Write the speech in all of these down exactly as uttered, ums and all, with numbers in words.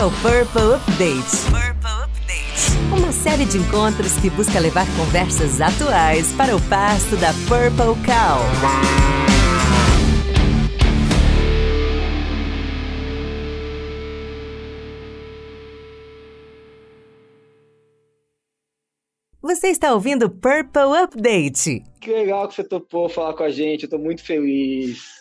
é o Purple Update. Purple Update. Uma série de encontros que busca levar conversas atuais para o pasto da Purple Cow. Você está ouvindo Purple Update. Que legal que você topou falar com a gente, eu tô muito feliz.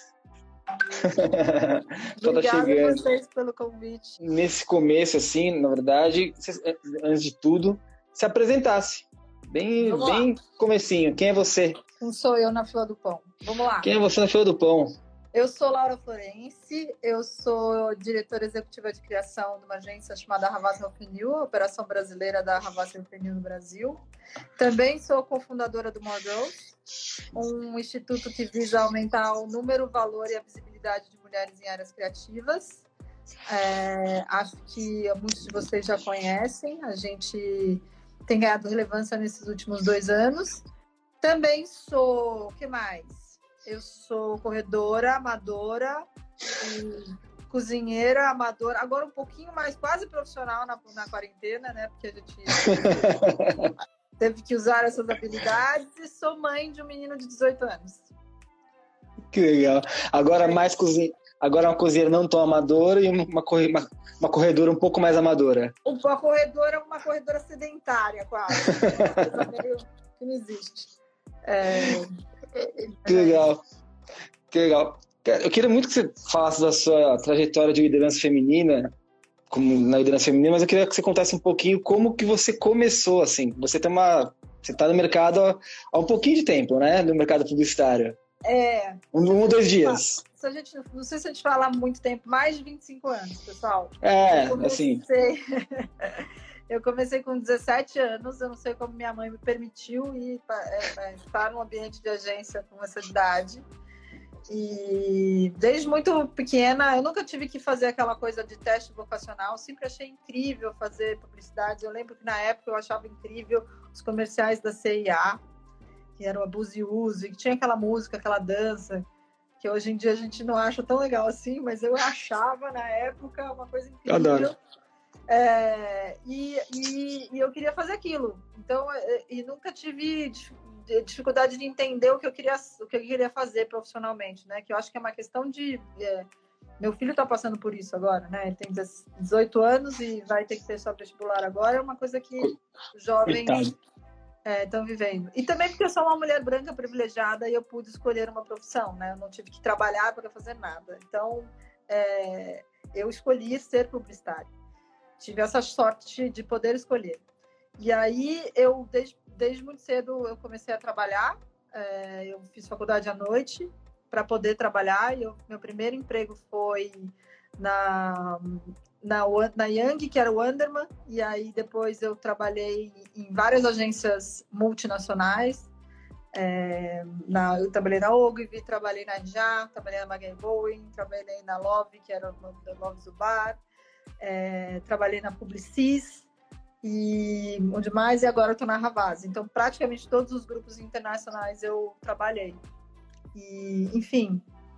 Obrigada a vocês pelo convite. Nesse começo, assim, na verdade, antes de tudo, se apresentasse. Bem, bem comecinho. Quem é você? Não sou eu na fila do pão. Vamos lá. Quem é você na fila do pão? Eu sou Laura Florence, eu sou diretora executiva de criação de uma agência chamada Havas Health New, a operação brasileira da Havas Health New no Brasil. Também sou cofundadora do More Girls, um instituto que visa aumentar o número, o valor e a visibilidade de mulheres em áreas criativas. É, acho que muitos de vocês já conhecem, a gente tem ganhado relevância nesses últimos dois anos. Também sou, o que mais? Eu sou corredora, amadora, e cozinheira, amadora, agora um pouquinho mais, quase profissional na, na quarentena, né? Porque a gente teve que usar essas habilidades, e sou mãe de um menino de dezoito anos. Que legal. Agora mais cozinha, agora uma cozinheira não tão amadora e uma, corre... uma, uma corredora um pouco mais amadora. Uma corredora, uma corredora sedentária, quase. Uma coisa meio que não existe. É... Que legal, que legal. Eu queria muito que você falasse da sua trajetória de liderança feminina, como na liderança feminina, mas eu queria que você contasse um pouquinho como que você começou, assim. Você tem uma, você está no mercado há, há um pouquinho de tempo, né? No mercado publicitário. É. Um, um ou dois dias. Se a gente, não sei se a gente fala há muito tempo, mais de vinte e cinco anos, pessoal. É, eu comecei, assim. Eu comecei com dezessete anos, eu não sei como minha mãe me permitiu ir é, é, estar num ambiente de agência com essa idade. E desde muito pequena, eu nunca tive que fazer aquela coisa de teste vocacional, sempre achei incrível fazer publicidade. Eu lembro que na época eu achava incrível os comerciais da C e A, que eram Abuse e Use, que tinha aquela música, aquela dança, que hoje em dia a gente não acha tão legal assim, mas eu achava na época uma coisa incrível. Adoro. É, e, e, e eu queria fazer aquilo, então, e nunca tive dificuldade de entender o que eu queria, o que eu queria fazer profissionalmente, né? Que eu acho que é uma questão de... É, meu filho está passando por isso agora, né? Ele tem dezoito anos e vai ter que ter só vestibular agora, é uma coisa que os jovens estão é, vivendo. E também porque eu sou uma mulher branca privilegiada e eu pude escolher uma profissão, né? Eu não tive que trabalhar para fazer nada. Então, é, eu escolhi ser publicitária. Tive essa sorte de poder escolher. E aí, eu, desde, desde muito cedo, eu comecei a trabalhar. É, eu fiz faculdade à noite para poder trabalhar. E eu, meu primeiro emprego foi na, na, na Young, que era o Anderman. E aí, depois, eu trabalhei em várias agências multinacionais. É, na, eu trabalhei na Ogilvy, trabalhei na Já, trabalhei na Maguire Bowen, trabalhei na Love, que era o Love Zubar. É, trabalhei na Publicis e onde mais, e agora estou na Havas. Então, praticamente todos os grupos internacionais eu trabalhei. E, enfim,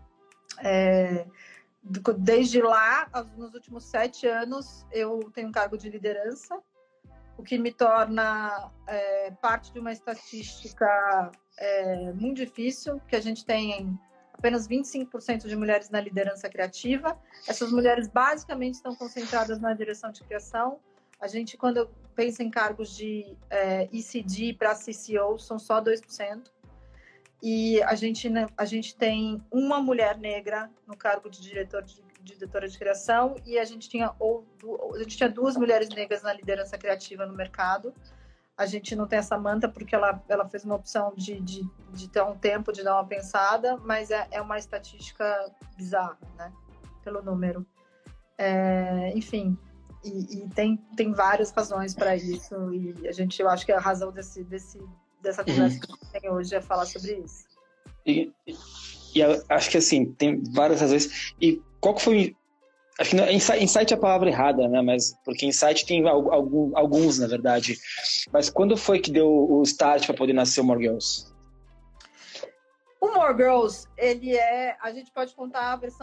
é, desde lá, nos últimos sete anos, eu tenho um cargo de liderança, o que me torna é, parte de uma estatística é, muito difícil, que a gente tem apenas vinte e cinco por cento de mulheres na liderança criativa. Essas mulheres basicamente estão concentradas na direção de criação. A gente, quando pensa em cargos de é, E C D para C C O, são só dois por cento. E a gente, a gente tem uma mulher negra no cargo de, diretor de, de diretora de criação, e a gente, tinha, ou, a gente tinha duas mulheres negras na liderança criativa no mercado. A gente não tem essa manta porque ela, ela fez uma opção de, de, de ter um tempo, de dar uma pensada, mas é, é uma estatística bizarra, né? Pelo número. É, enfim, e, e tem, tem várias razões para isso, e a gente, eu acho que a razão desse, desse, dessa conversa uhum. que a gente tem hoje é falar sobre isso. E, e, e acho que assim, tem várias razões. E qual que foi... Acho que não, insight é a palavra errada, né? Mas, porque insight tem algum, alguns, na verdade. Mas quando foi que deu o start para poder nascer o More Girls? O More Girls, ele é... A gente pode contar a versão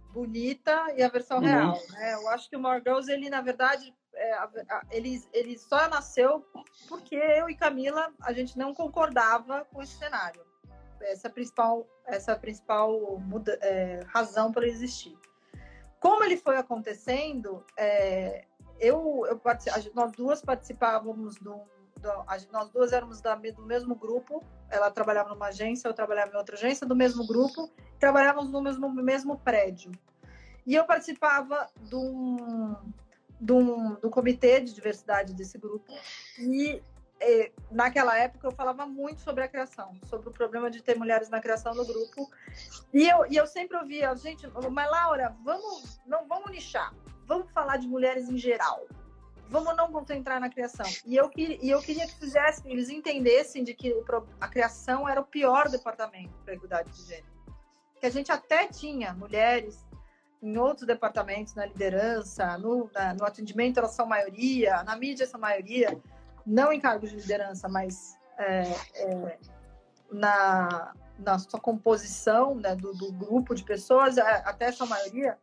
bonita e a versão uhum. real, né? Eu acho que o More Girls, ele, na verdade, é, a, a, ele, ele só nasceu porque eu e Camila, a gente não concordava com esse cenário. Essa é a principal, essa é a principal muda, é, razão para ele existir. Como ele foi acontecendo, é, eu, eu nós duas participávamos do, do nós duas éramos da, do mesmo grupo. Ela trabalhava numa agência, eu trabalhava em outra agência do mesmo grupo, trabalhávamos no mesmo, no mesmo prédio. E eu participava do, do, do comitê de diversidade desse grupo. E eh, naquela época eu falava muito sobre a criação, sobre o problema de ter mulheres na criação do grupo. E eu, e eu sempre ouvia, gente, mas Laura, vamos, não vamos nichar, vamos falar de mulheres em geral. Vamos não concentrar na criação. E eu, e eu queria que fizessem, eles entendessem de que a criação era o pior departamento para a igualdade de gênero. Que a gente até tinha mulheres em outros departamentos, na liderança, no, na, no atendimento elas são maioria, na mídia são maioria, não em cargos de liderança, mas é, é, na, na sua composição, né, do, do grupo de pessoas, até são maioria.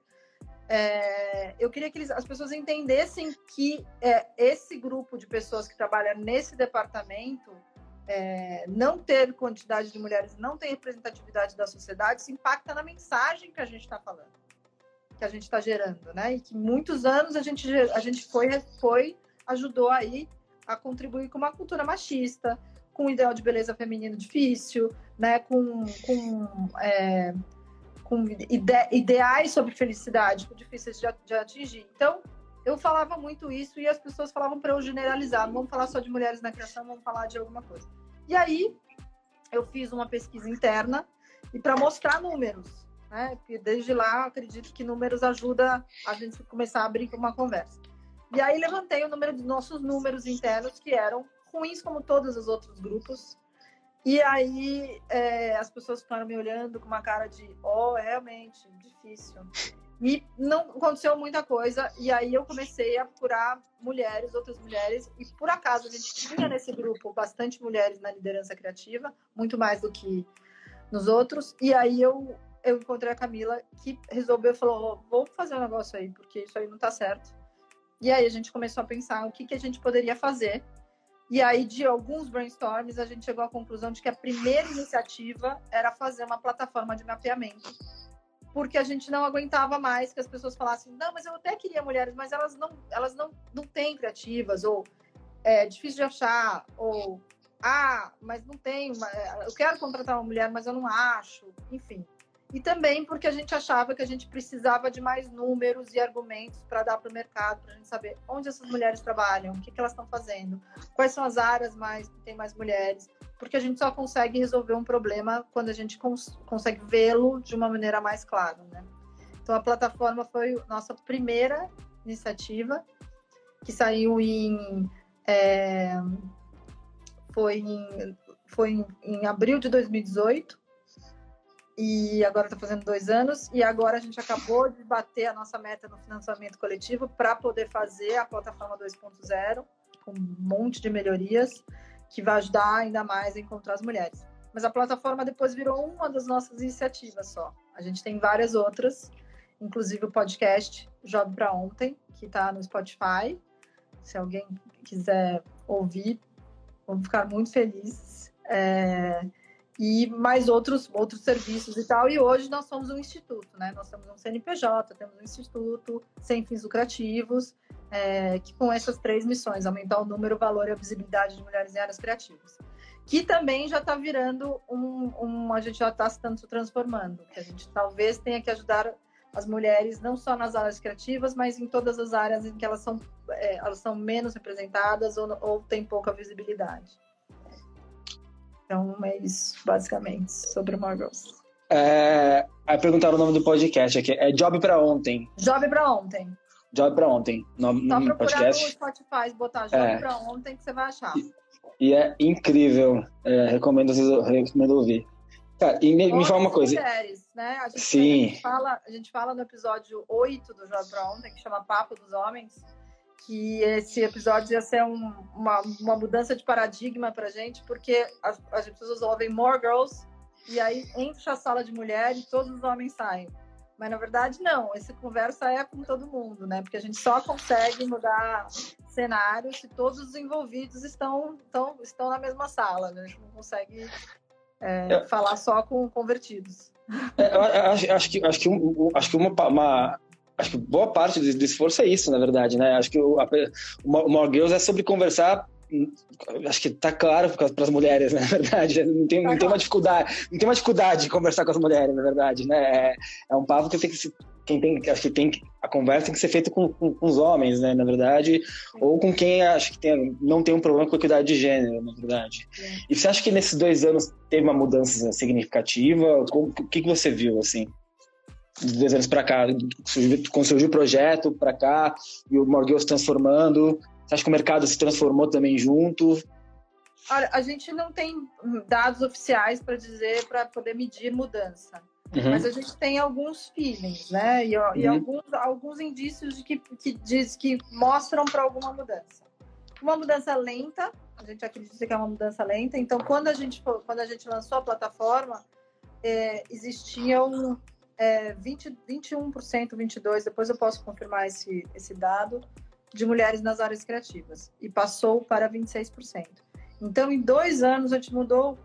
É, eu queria que eles, as pessoas entendessem que é, esse grupo de pessoas que trabalham nesse departamento, é, não ter quantidade de mulheres, não ter representatividade da sociedade, isso impacta na mensagem que a gente está falando, que a gente está gerando, né? E que muitos anos a gente, a gente foi, foi, ajudou aí a contribuir com uma cultura machista, com um ideal de beleza feminino difícil, né? Com... com é, com ide ideais sobre felicidade difíceis de, de atingir. Então, eu falava muito isso e as pessoas falavam para eu generalizar, não vamos falar só de mulheres na criação, vamos falar de alguma coisa. E aí, eu fiz uma pesquisa interna e para mostrar números, né? Porque desde lá, eu acredito que números ajudam a gente começar a abrir uma conversa. E aí, levantei o número de nossos números internos, que eram ruins como todos os outros grupos. E aí, é, as pessoas ficaram me olhando com uma cara de, oh, realmente, difícil. E não aconteceu muita coisa. E aí, eu comecei a procurar mulheres, outras mulheres. E, por acaso, a gente tinha nesse grupo bastante mulheres na liderança criativa, muito mais do que nos outros. E aí, eu, eu encontrei a Camila, que resolveu, falou, oh, vou fazer um negócio aí, porque isso aí não tá certo. E aí, a gente começou a pensar o que, que a gente poderia fazer. E aí, de alguns brainstorms, a gente chegou à conclusão de que a primeira iniciativa era fazer uma plataforma de mapeamento. Porque a gente não aguentava mais que as pessoas falassem, não, mas eu até queria mulheres, mas elas não, elas não, não têm criativas, ou é difícil de achar, ou, ah, mas não tem, uma, eu quero contratar uma mulher, mas eu não acho, enfim. E também porque a gente achava que a gente precisava de mais números e argumentos para dar para o mercado, para a gente saber onde essas mulheres trabalham, o que, que elas estão fazendo, quais são as áreas mais que tem mais mulheres, porque a gente só consegue resolver um problema quando a gente cons consegue vê-lo de uma maneira mais clara, né? Então, a plataforma foi nossa primeira iniciativa, que saiu em... É, foi em, foi em, em abril de dois mil e dezoito, e agora está fazendo dois anos, e agora a gente acabou de bater a nossa meta no financiamento coletivo para poder fazer a plataforma dois ponto zero, com um monte de melhorias, que vai ajudar ainda mais a encontrar as mulheres. Mas a plataforma depois virou uma das nossas iniciativas só. A gente tem várias outras, inclusive o podcast Job para Ontem, que está no Spotify. Se alguém quiser ouvir, vamos ficar muito felizes. É... E mais outros, outros serviços e tal. E hoje nós somos um instituto, né? Nós temos um C N P J, temos um instituto sem fins lucrativos, é, que com essas três missões, aumentar o número, o valor e a visibilidade de mulheres em áreas criativas. Que também já está virando um, um... A gente já está se transformando, que a gente talvez tenha que ajudar as mulheres não só nas áreas criativas, mas em todas as áreas em que elas são, é, elas são menos representadas ou, ou têm pouca visibilidade. Então, é isso, basicamente, sobre o More Girls. É, aí perguntaram o nome do podcast aqui. É Job para Ontem. Job para Ontem. Job para Ontem. Nome, Só no procurar podcast. no Spotify, botar Job é. para Ontem, que você vai achar. E, e é incrível. É, recomendo, recomendo ouvir. Cara, e me, me fala uma coisa. Mulheres, né? A gente, Sim. A gente, fala, a gente fala no episódio oito do Job para Ontem, que chama Papo dos Homens, que esse episódio ia ser um, uma, uma mudança de paradigma pra gente, porque as, as pessoas ouvem More Girls, e aí enche a sala de mulher e todos os homens saem. Mas, na verdade, não. Essa conversa é com todo mundo, né? Porque a gente só consegue mudar cenário se todos os envolvidos estão, estão, estão na mesma sala. Né? A gente não consegue é, eu... falar só com convertidos. É, eu acho, acho que, acho que, um, acho que uma, uma... Acho que boa parte do, do esforço é isso, na verdade, né? Acho que o, a, o More Girls é sobre conversar. Acho que tá claro para as mulheres, né? Na verdade, não tem, não tem uma dificuldade, não tem uma dificuldade de conversar com as mulheres, na verdade, né? É, é um papo que tem que se, quem tem, acho que tem a conversa tem que ser feita com, com, com os homens, né? Na verdade, ou com quem acho que tem, não tem um problema com a equidade de gênero, na verdade. Sim. E você acha que nesses dois anos teve uma mudança significativa? O que, que você viu assim? De dois anos para cá, quando surgiu o projeto para cá e o More Girls se transformando. Você acha que o mercado se transformou também junto? Olha, a gente não tem dados oficiais para dizer, para poder medir mudança. Uhum. Mas a gente tem alguns feelings, né? E, uhum. e alguns, alguns indícios de que, que, diz, que mostram para alguma mudança. Uma mudança lenta, a gente acredita que é uma mudança lenta. Então, quando a gente, quando a gente lançou a plataforma, é, existiam é, vinte, vinte e um por cento, vinte e dois por cento, depois eu posso confirmar esse, esse dado, de mulheres nas áreas criativas, e passou para vinte e seis por cento. Então, em dois anos, a gente mudou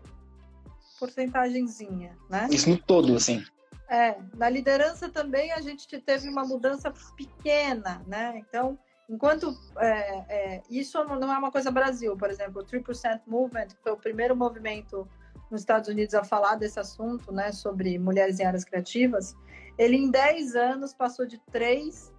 porcentagenzinha, né? Isso no todo, assim. É, na liderança também a gente teve uma mudança pequena, né? Então, enquanto é, é, isso não é uma coisa Brasil, por exemplo, o três por cento Movement, que foi o primeiro movimento nos Estados Unidos a falar desse assunto, né, sobre mulheres em áreas criativas, ele em dez anos passou de três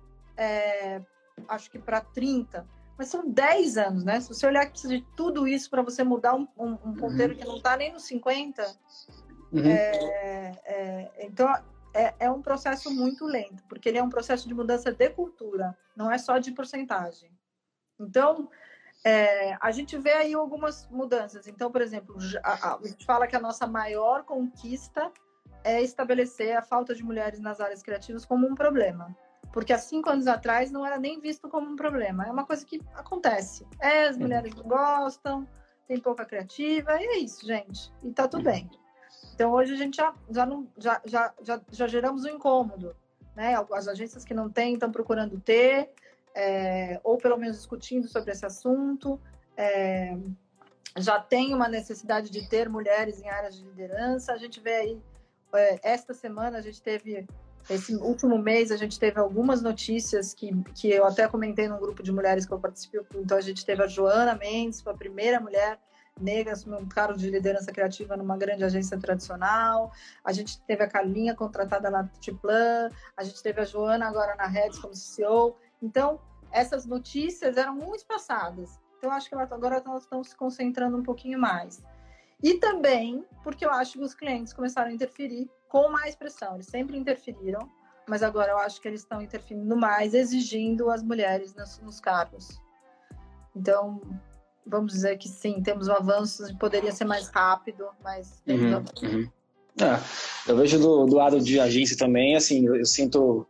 é, acho que para trinta, mas são dez anos, né? Se você olhar que precisa de tudo isso para você mudar um, um, um ponteiro uhum. que não está nem nos cinquenta, uhum. é, é, então é, é um processo muito lento, porque ele é um processo de mudança de cultura, não é só de porcentagem. Então, é, a gente vê aí algumas mudanças. Então, por exemplo, a, a gente fala que a nossa maior conquista é estabelecer a falta de mulheres nas áreas criativas como um problema. Porque há cinco anos atrás não era nem visto como um problema. É uma coisa que acontece. É, as mulheres não gostam, tem pouca criativa, e é isso, gente. E tá tudo bem. Então, hoje a gente já, já, não, já, já, já, já geramos um incômodo. Né? As agências que não têm estão procurando ter, é, ou pelo menos discutindo sobre esse assunto. É, já tem uma necessidade de ter mulheres em áreas de liderança. A gente vê aí, é, esta semana a gente teve... Esse último mês a gente teve algumas notícias que, que eu até comentei num grupo de mulheres que eu participo. Então a gente teve a Joana Mendes, a primeira mulher negra assumiu um cargo de liderança criativa numa grande agência tradicional. A gente teve a Carlinha contratada na Tiplan. A gente teve a Joana agora na Reds como C E O. Então essas notícias eram muito espaçadas. Então acho que agora elas estão se concentrando um pouquinho mais. E também porque eu acho que os clientes começaram a interferir com mais pressão. Eles sempre interferiram, mas agora eu acho que eles estão interferindo mais, exigindo as mulheres nos, nos cargos. Então, vamos dizer que sim, temos um avanço, poderia ser mais rápido, mas... Uhum, uhum. É, eu vejo do, do lado de agência também, assim, eu, eu sinto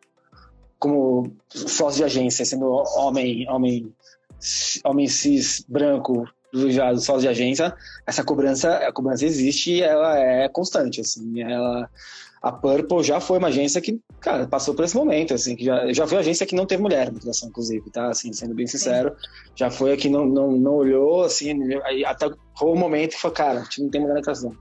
como sócio de agência, sendo homem, homem, homem cis, branco, já sócio de agência, essa cobrança, a cobrança existe e ela é constante, assim, ela, a Purple já foi uma agência que, cara, passou por esse momento, assim, que já, já foi uma agência que não teve mulher na criação, inclusive, tá, assim, sendo bem sincero, já foi a que não, não, não olhou, assim, aí até o momento que foi, cara, a gente não tem mulher na criação.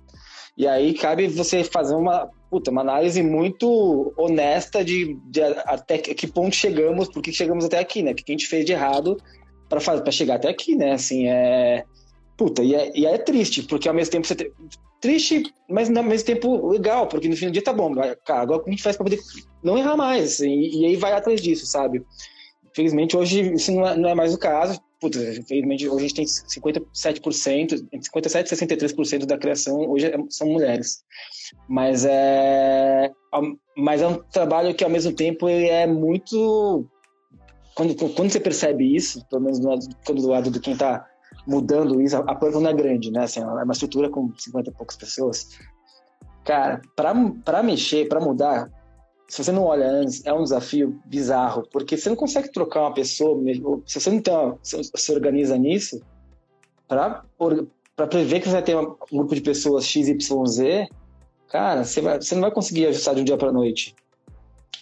E aí cabe você fazer uma, puta, uma análise muito honesta de, de até que ponto chegamos, por que chegamos até aqui, né, o que a gente fez de errado para chegar até aqui, né? Assim, é... Puta, e é, e é triste, porque ao mesmo tempo você... Te... Triste, mas ao mesmo tempo legal, porque no fim do dia tá bom, cara, agora como a gente faz para poder não errar mais, assim, e, e aí vai atrás disso, sabe? Infelizmente hoje isso não é, não é mais o caso. Puta, infelizmente hoje a gente tem cinquenta e sete por cento, entre cinquenta e sete por cento e sessenta e três por cento da criação hoje são mulheres. Mas é... Mas é um trabalho que ao mesmo tempo ele é muito... Quando, quando você percebe isso, pelo menos do lado, quando do lado de quem está mudando isso, a Purple não é grande, né? Assim, é uma estrutura com cinquenta e poucas pessoas. Cara, para mexer, para mudar, se você não olha antes, é um desafio bizarro, porque você não consegue trocar uma pessoa, se você não tem uma, se organiza nisso, para prever que você vai ter um grupo de pessoas X Y Z, cara, você, vai, você não vai conseguir ajustar de um dia para a noite.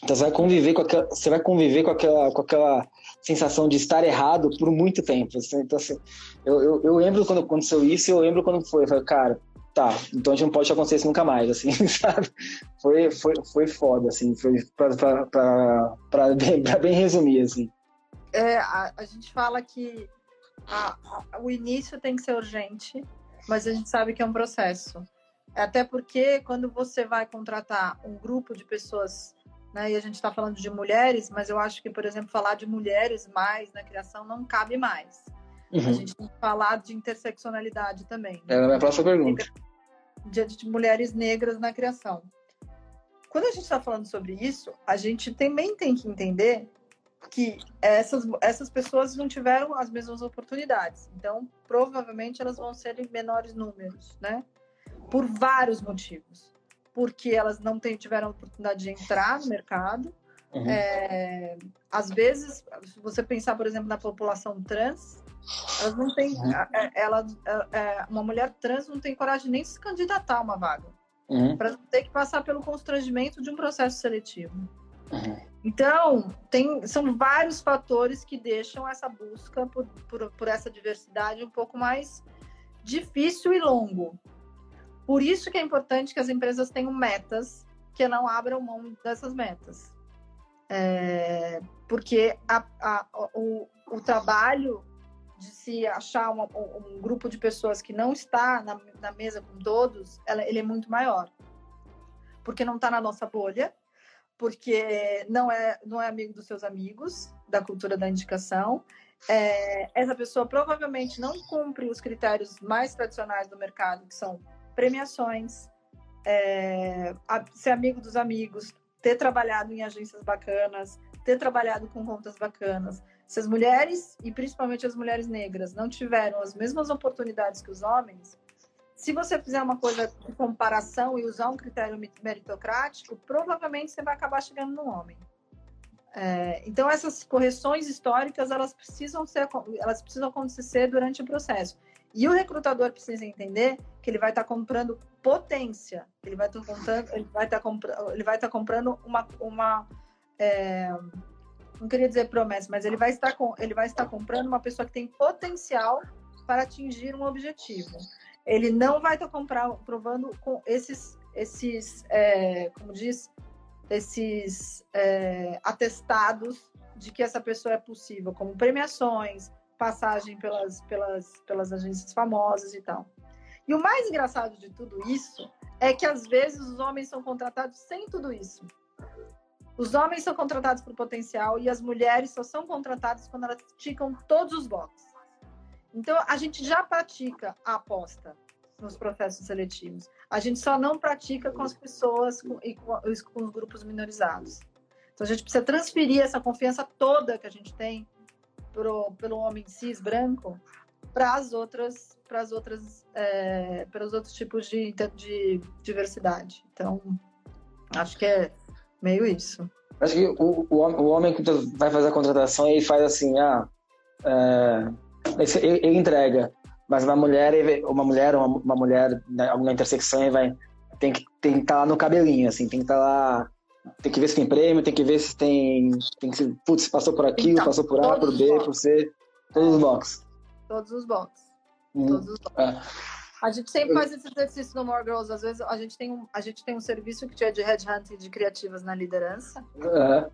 Então você vai conviver com aquela, você vai conviver com aquela, com aquela sensação de estar errado por muito tempo. Assim. Então, assim, eu, eu, eu lembro quando aconteceu isso, eu lembro quando foi. Eu falei, cara, tá, então a gente não pode acontecer isso nunca mais, assim, sabe? Foi, foi, foi foda, assim, foi pra, pra, pra, pra, bem, pra bem resumir, assim. É, a, a gente fala que a, a, o início tem que ser urgente, mas a gente sabe que é um processo. Até porque quando você vai contratar um grupo de pessoas, né, e a gente está falando de mulheres, mas eu acho que, por exemplo, falar de mulheres mais na criação não cabe mais. Uhum. A gente tem que falar de interseccionalidade também. É a minha próxima pergunta. De, de mulheres negras na criação. Quando a gente está falando sobre isso, a gente também tem que entender que essas, essas pessoas não tiveram as mesmas oportunidades. Então, provavelmente, elas vão ser em menores números, né? Por vários motivos. Porque elas não tem, tiveram a oportunidade de entrar no mercado. Uhum. É, às vezes, se você pensar, por exemplo, na população trans, elas não têm, uhum. ela, ela, uma mulher trans não tem coragem nem de se candidatar a uma vaga, uhum. para ter que passar pelo constrangimento de um processo seletivo. Uhum. Então, tem, são vários fatores que deixam essa busca por, por, por essa diversidade um pouco mais difícil e longo. Por isso que é importante que as empresas tenham metas que não abram mão dessas metas. É, porque a, a, o, o trabalho de se achar uma, um grupo de pessoas que não está na, na mesa com todos, ela, ele é muito maior. Porque não está na nossa bolha, porque não é, não é amigo dos seus amigos, da cultura da indicação. É, essa pessoa provavelmente não cumpre os critérios mais tradicionais do mercado, que são premiações, é, ser amigo dos amigos, ter trabalhado em agências bacanas, ter trabalhado com contas bacanas. Se as mulheres, e principalmente as mulheres negras, não tiveram as mesmas oportunidades que os homens, se você fizer uma coisa de comparação e usar um critério meritocrático, provavelmente você vai acabar chegando no homem. É, então, essas correções históricas, elas precisam, ser, elas precisam acontecer durante o processo. E o recrutador precisa entender que ele vai estar comprando potência, ele vai estar comprando, ele vai estar comprando, ele vai estar comprando uma, uma é, não queria dizer promessa, mas ele vai estar com, ele vai estar comprando uma pessoa que tem potencial para atingir um objetivo. Ele não vai estar comprando, provando com esses, esses, é, como diz, esses é, atestados de que essa pessoa é possível, como premiações, passagem pelas, pelas, pelas agências famosas e tal. E o mais engraçado de tudo isso é que, às vezes, os homens são contratados sem tudo isso. Os homens são contratados por potencial e as mulheres só são contratadas quando elas ticam todos os boxes. Então, a gente já pratica a aposta nos processos seletivos. A gente só não pratica com as pessoas com, e com, com os grupos minorizados. Então, a gente precisa transferir essa confiança toda que a gente tem pro, pelo homem cis branco para as outras, para as outras, é, para os outros tipos de, de diversidade. Então, acho que é meio isso. Acho que o, o, o homem que vai fazer a contratação, ele faz assim, ah, é, ele, ele entrega, mas uma mulher, uma mulher, uma, uma mulher na intersecção, ele vai, tem que tem que estar lá no cabelinho, assim, tem que estar lá, tem que ver se tem prêmio, tem que ver se tem, tem que se, putz, passou por aquilo, então, passou por A, por B, por C, todos os boxes. Todos os boxes. Hum, todos os boxes. É. A gente sempre faz esse exercício no More Girls. Às vezes a gente tem um, a gente tem um serviço que é de headhunting de criativas na liderança. É.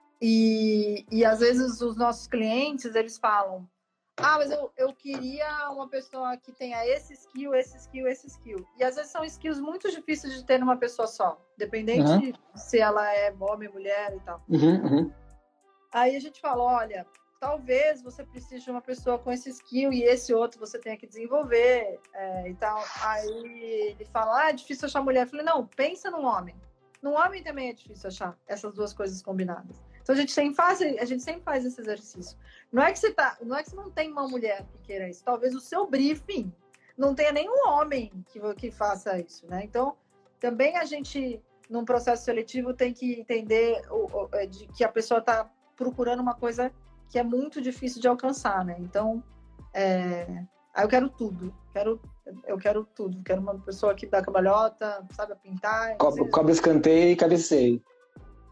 E, e às vezes os nossos clientes, eles falam: ah, mas eu, eu queria uma pessoa que tenha esse skill, esse skill, esse skill. E às vezes são skills muito difíceis de ter numa pessoa só. Dependente uhum. de se ela é homem, mulher e tal. Uhum, uhum. Aí a gente fala: olha, talvez você precise de uma pessoa com esse skill e esse outro você tenha que desenvolver é, e tal. Aí ele fala: ah, é difícil achar mulher. Eu falei: não, pensa num homem. Num homem também é difícil achar essas duas coisas combinadas. Então a gente sempre faz, a gente sempre faz esse exercício. Não é que você tá, não é que você não tem uma mulher que queira isso. Talvez o seu briefing não tenha nenhum homem que, que faça isso, né? Então, também a gente, num processo seletivo, tem que entender o, o, de que a pessoa está procurando uma coisa que é muito difícil de alcançar, né? Então, é... aí eu quero tudo. Quero, eu quero tudo. Quero uma pessoa que dá cambalhota, sabe pintar. Cobre, cobre escanteio e cabeceio.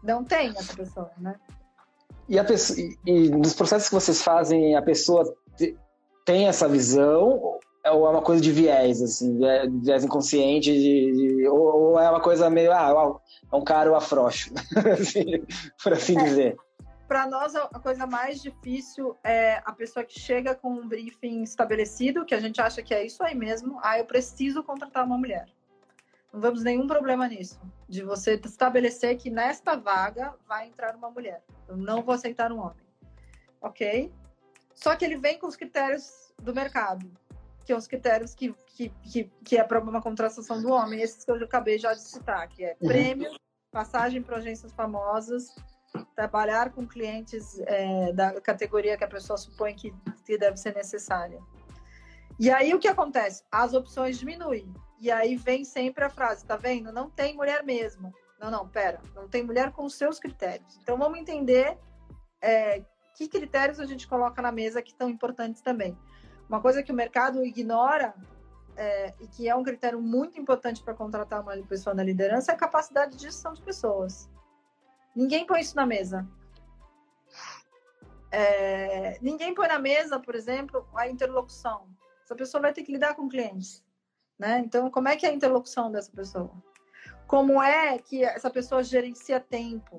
Não tem essa pessoa, né? E, a pessoa, e, e nos processos que vocês fazem, a pessoa te, tem essa visão ou é uma coisa de viés, assim, viés inconsciente, de, de, ou, ou é uma coisa meio, ah, é um cara eu afrouxo, assim, por assim é, dizer. Para nós, a coisa mais difícil é a pessoa que chega com um briefing estabelecido, que a gente acha que é isso aí mesmo, ah, eu preciso contratar uma mulher. Não vemos nenhum problema nisso, de você estabelecer que nesta vaga vai entrar uma mulher. Eu não vou aceitar um homem. Ok? Só que ele vem com os critérios do mercado, que são os critérios que, que, que, que é para uma contratação do homem, esses que eu acabei já de citar, que é prêmio, passagem para agências famosas, trabalhar com clientes é, da categoria que a pessoa supõe que, que deve ser necessária. E aí o que acontece? As opções diminuem. E aí vem sempre a frase, tá vendo? Não tem mulher mesmo. Não, não, pera. Não tem mulher com os seus critérios. Então vamos entender é, que critérios a gente coloca na mesa que são importantes também. Uma coisa que o mercado ignora é, e que é um critério muito importante para contratar uma pessoa na liderança é a capacidade de gestão de pessoas. Ninguém põe isso na mesa. É, ninguém põe na mesa, por exemplo, a interlocução. Essa pessoa vai ter que lidar com clientes, né? Então, como é que é a interlocução dessa pessoa? Como é que essa pessoa gerencia tempo,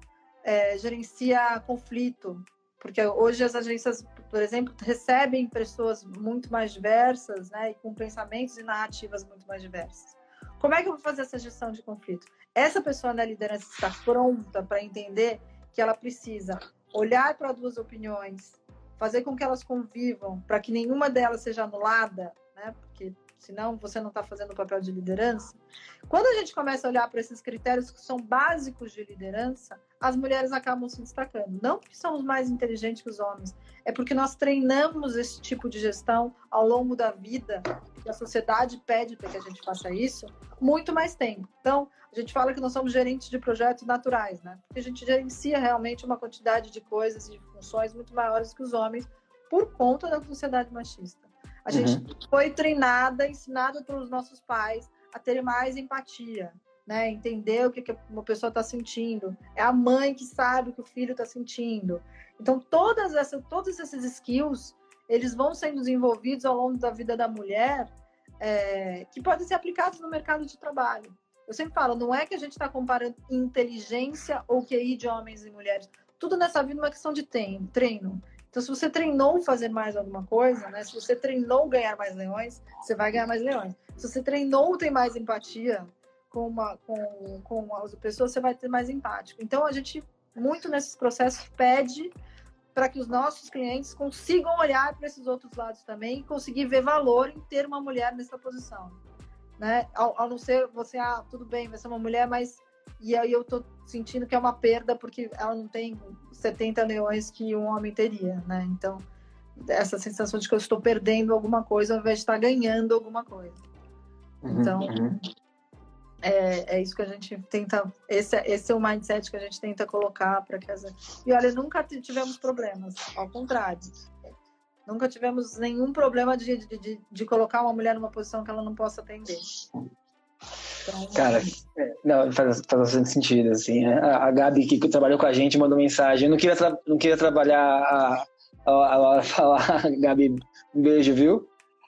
é, gerencia conflito? Porque hoje as agências, por exemplo, recebem pessoas muito mais diversas, né? E com pensamentos e narrativas muito mais diversas. Como é que eu vou fazer essa gestão de conflito? Essa pessoa na liderança está pronta para entender que ela precisa olhar para duas opiniões, fazer com que elas convivam, para que nenhuma delas seja anulada, né? Porque senão você não está fazendo o papel de liderança. Quando a gente começa a olhar para esses critérios que são básicos de liderança, as mulheres acabam se destacando. Não porque somos mais inteligentes que os homens, é porque nós treinamos esse tipo de gestão ao longo da vida, e a sociedade pede para que a gente faça isso, muito mais tempo. Então, a gente fala que nós somos gerentes de projetos naturais, né? Porque a gente gerencia realmente uma quantidade de coisas e de funções muito maiores que os homens por conta da sociedade machista. A uhum. gente foi treinada, ensinada pelos nossos pais a ter mais empatia, né? Entender o que, que uma pessoa está sentindo. É a mãe que sabe o que o filho está sentindo. Então, todas essas, todos esses skills, eles vão sendo desenvolvidos ao longo da vida da mulher, é, que podem ser aplicados no mercado de trabalho. Eu sempre falo, não é que a gente está comparando inteligência ou Q I de homens e mulheres. Tudo nessa vida é uma questão de treino. Então, se você treinou fazer mais alguma coisa, né? Se você treinou ganhar mais leões, você vai ganhar mais leões. Se você treinou ter mais empatia com, uma, com, com as pessoas, você vai ter mais empático. Então, a gente, muito nesses processos, pede para que os nossos clientes consigam olhar para esses outros lados também e conseguir ver valor em ter uma mulher nessa posição. Né? Ao, ao não ser você, ah, tudo bem, vai ser uma mulher, mas... E aí eu tô sentindo que é uma perda porque ela não tem setenta leões que um homem teria, né? Então, essa sensação de que eu estou perdendo alguma coisa ao invés de estar ganhando alguma coisa. Uhum, então, uhum. É, é isso que a gente tenta... Esse, esse é o mindset que a gente tenta colocar para que as... E olha, nunca tivemos problemas, ao contrário. Nunca tivemos nenhum problema de, de, de, de colocar uma mulher numa posição que ela não possa atender. Então, cara, não, faz, faz bastante sentido, assim. A, a Gabi, que trabalhou com a gente, mandou mensagem. Eu não queria, tra- não queria trabalhar a, a, a hora falar. Gabi, um beijo, viu?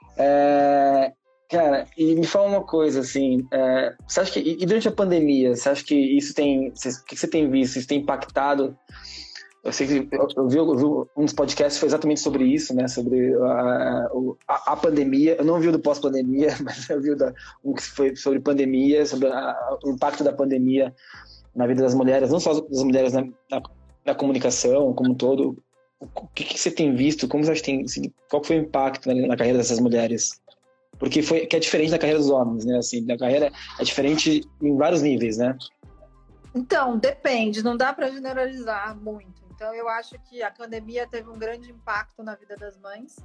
É, cara, e me fala uma coisa, assim, é, você acha que, e durante a pandemia, você acha que isso tem, o que você tem visto, isso tem impactado? Eu sei que eu, eu, vi, eu vi um dos podcasts foi exatamente sobre isso, né? Sobre a, a, a pandemia. Eu não vi o do pós-pandemia, mas eu vi o da, um que foi sobre pandemia, sobre a, o impacto da pandemia na vida das mulheres, não só das mulheres na, na, na comunicação, como um todo. O que, que você tem visto? Como você acha que tem, assim, qual foi o impacto na, na carreira dessas mulheres? Porque foi, que é diferente da carreira dos homens, né? Assim, a carreira é diferente em vários níveis, né? Então, depende. Não dá para generalizar muito. Então, eu acho que a pandemia teve um grande impacto na vida das mães,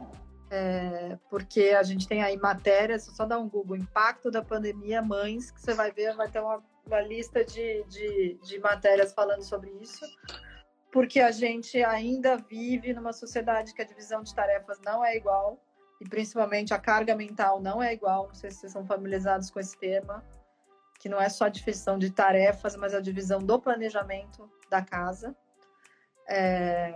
é, porque a gente tem aí matérias, só dá um Google, impacto da pandemia, mães, que você vai ver, vai ter uma, uma lista de, de, de matérias falando sobre isso, porque a gente ainda vive numa sociedade que a divisão de tarefas não é igual, e principalmente a carga mental não é igual, não sei se vocês são familiarizados com esse tema. que não é só a divisão de tarefas, mas a divisão do planejamento da casa. É,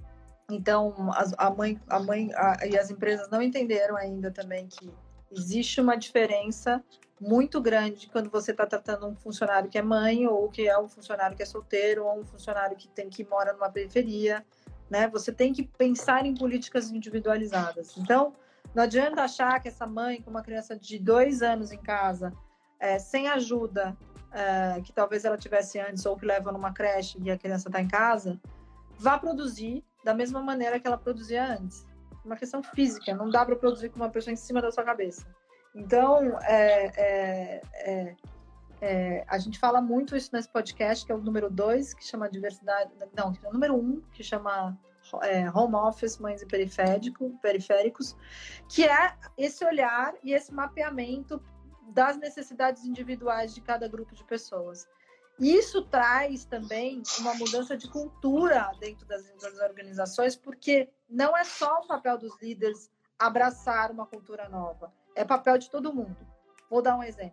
então, a, a mãe, a mãe a, e as empresas não entenderam ainda também que existe uma diferença muito grande quando você está tratando um funcionário que é mãe, ou que é um funcionário que é solteiro, ou um funcionário que tem que mora numa periferia, né? Você tem que pensar em políticas individualizadas. Então, não adianta achar que essa mãe com uma criança de dois anos em casa, é, sem ajuda, é, que talvez ela tivesse antes, ou que leva numa creche e a criança está em casa, vá produzir da mesma maneira que ela produzia antes. Uma questão física, não dá para produzir com uma pessoa em cima da sua cabeça. Então, é, é, é, é, a gente fala muito isso nesse podcast, que é o número dois, que chama diversidade... Não, que é o número um, que chama é, Home Office, Mães e Periférico, Periféricos, que é esse olhar e esse mapeamento das necessidades individuais de cada grupo de pessoas. Isso traz também uma mudança de cultura dentro das, das organizações, porque não é só o papel dos líderes abraçar uma cultura nova, é papel de todo mundo. Vou dar um exemplo.